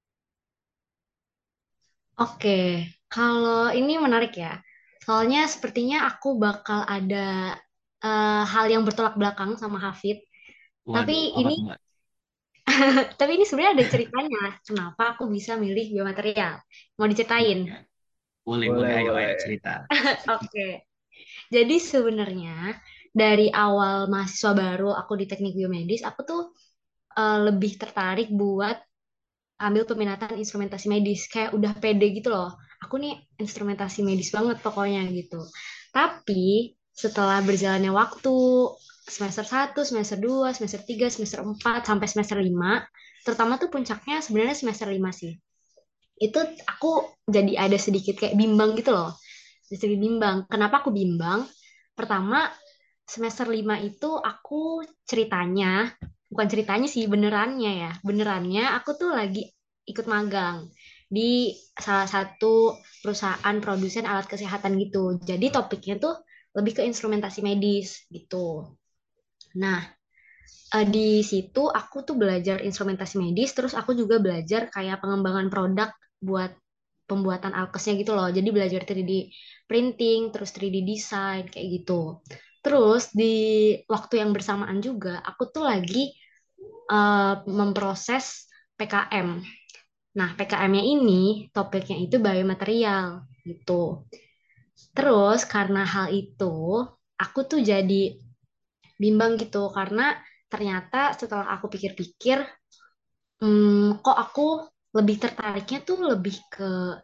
Oke, kalau ini menarik ya. Soalnya sepertinya aku bakal ada eh, hal yang bertolak belakang sama Hafid. Tapi Waduh, apa ini, tuh Mbak? tapi ini sebenarnya ada ceritanya. Kenapa aku bisa milih biomaterial? Mau diceritain? Boleh, boleh. Boleh, Ayo, ayo boleh. cerita. Oke. Jadi sebenarnya dari awal mahasiswa baru aku di teknik biomedis, aku tuh eh, lebih tertarik buat ambil peminatan instrumentasi medis. Kayak udah pede gitu loh. Aku nih instrumentasi medis banget pokoknya gitu. Tapi setelah berjalannya waktu, semester satu, semester dua, semester tiga, semester empat, sampai semester lima, terutama tuh puncaknya sebenarnya semester lima sih. Itu aku jadi ada sedikit kayak bimbang gitu loh. Sedikit bimbang. Kenapa aku bimbang? Pertama, semester lima itu aku ceritanya, bukan ceritanya sih, benerannya ya. Benerannya aku tuh lagi ikut magang di salah satu perusahaan produsen alat kesehatan gitu. Jadi topiknya tuh lebih ke instrumentasi medis gitu. Nah, eh, di situ aku tuh belajar instrumentasi medis, terus aku juga belajar kayak pengembangan produk buat pembuatan alkesnya gitu loh. Jadi belajar tiga D printing, terus tiga D design kayak gitu. Terus di waktu yang bersamaan juga aku tuh lagi eh, memproses P K M. Nah, P K M-nya ini topiknya itu biomaterial gitu. Terus karena hal itu, aku tuh jadi bimbang gitu karena ternyata setelah aku pikir-pikir, hmm, kok aku lebih tertariknya tuh lebih ke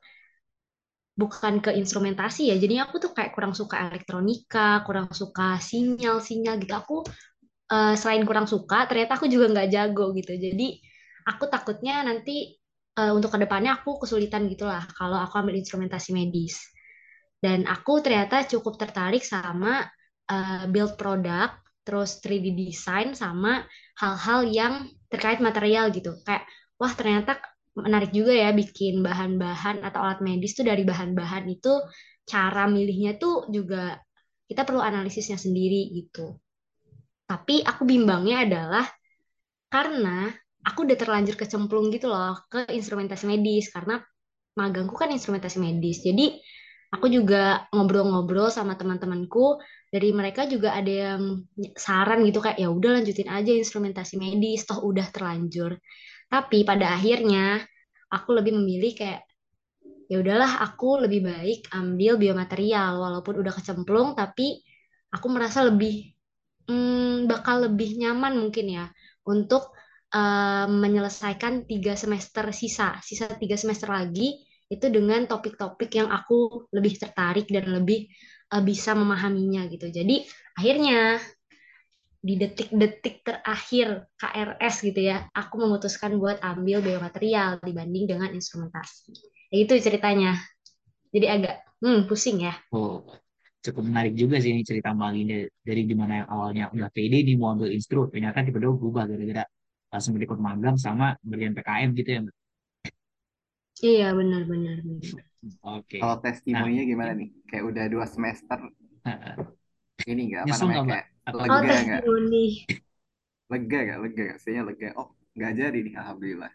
bukan ke instrumentasi ya. Jadinya aku tuh kayak kurang suka elektronika, kurang suka sinyal-sinyal gitu. Aku eh, selain kurang suka, ternyata aku juga nggak jago gitu. Jadi aku takutnya nanti eh, untuk kedepannya aku kesulitan gitulah kalau aku ambil instrumentasi medis. Dan aku ternyata cukup tertarik sama eh, build product, terus tiga D design, sama hal-hal yang terkait material gitu. Kayak, wah ternyata menarik juga ya bikin bahan-bahan atau alat medis tuh dari bahan-bahan itu cara milihnya tuh juga kita perlu analisisnya sendiri gitu. Tapi aku bimbangnya adalah karena aku udah terlanjur kecemplung gitu loh ke instrumentasi medis karena magangku kan instrumentasi medis. Jadi aku juga ngobrol-ngobrol sama teman-temanku, dari mereka juga ada yang saran gitu kayak ya udah lanjutin aja instrumentasi medis toh udah terlanjur. Tapi pada akhirnya aku lebih memilih kayak ya udahlah aku lebih baik ambil biomaterial walaupun udah kecemplung tapi aku merasa lebih hmm, bakal lebih nyaman mungkin ya untuk eh, menyelesaikan tiga semester sisa, sisa tiga semester lagi itu dengan topik-topik yang aku lebih tertarik dan lebih eh, bisa memahaminya gitu. Jadi akhirnya di detik-detik terakhir K R S gitu ya, aku memutuskan buat ambil biomaterial dibanding dengan instrumentasi. Ya itu ceritanya. Jadi agak hmm, pusing ya. Oh, cukup menarik juga sih ini cerita Mbak Linda dari dimana yang awalnya udah pede nih mau ambil instru, ternyata tiba-tiba berubah gara-gara langsung ikut magang sama bagian P K M gitu ya Mbak. Iya benar-benar. Kalau Oke. Nah, testimoninya gimana mungkin nih? Kayak udah dua semester ini nggak apa nyesel namanya nggak Mbak? kayak Atau Oh lega gimana? nggak? testimoni. Lega nggak? Lega nggak? Saya lega. Oh nggak jadi nih, alhamdulillah.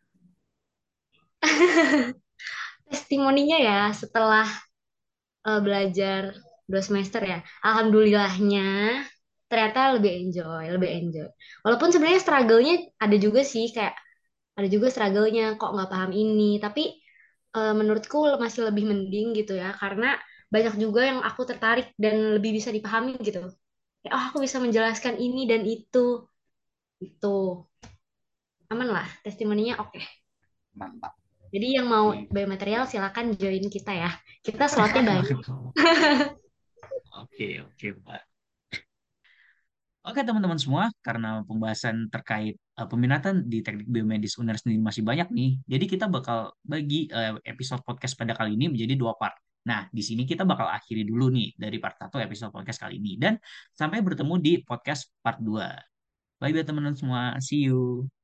Testimoninya ya setelah eh, belajar dua semester ya. Alhamdulillahnya ternyata lebih enjoy, lebih enjoy. Walaupun sebenarnya struggle-nya ada juga sih kayak ada juga struggle-nya kok nggak paham ini. Tapi eh, menurutku masih lebih mending gitu ya karena banyak juga yang aku tertarik dan lebih bisa dipahami gitu. Ya, oh aku bisa menjelaskan ini dan itu. Itu aman lah testimoninya oke. Mantap. Jadi yang mau Oke. biomaterial silakan join kita ya. Kita slotnya banyak. Oke, oke Mbak. Oke teman-teman semua, karena pembahasan terkait eh, peminatan di teknik biomedis U N E R sendiri masih banyak nih, jadi kita bakal bagi eh, episode podcast pada kali ini menjadi dua part. Nah, di sini kita bakal akhiri dulu nih dari part satu episode podcast kali ini. Dan sampai bertemu di podcast part dua. Bye-bye teman-teman semua, see you.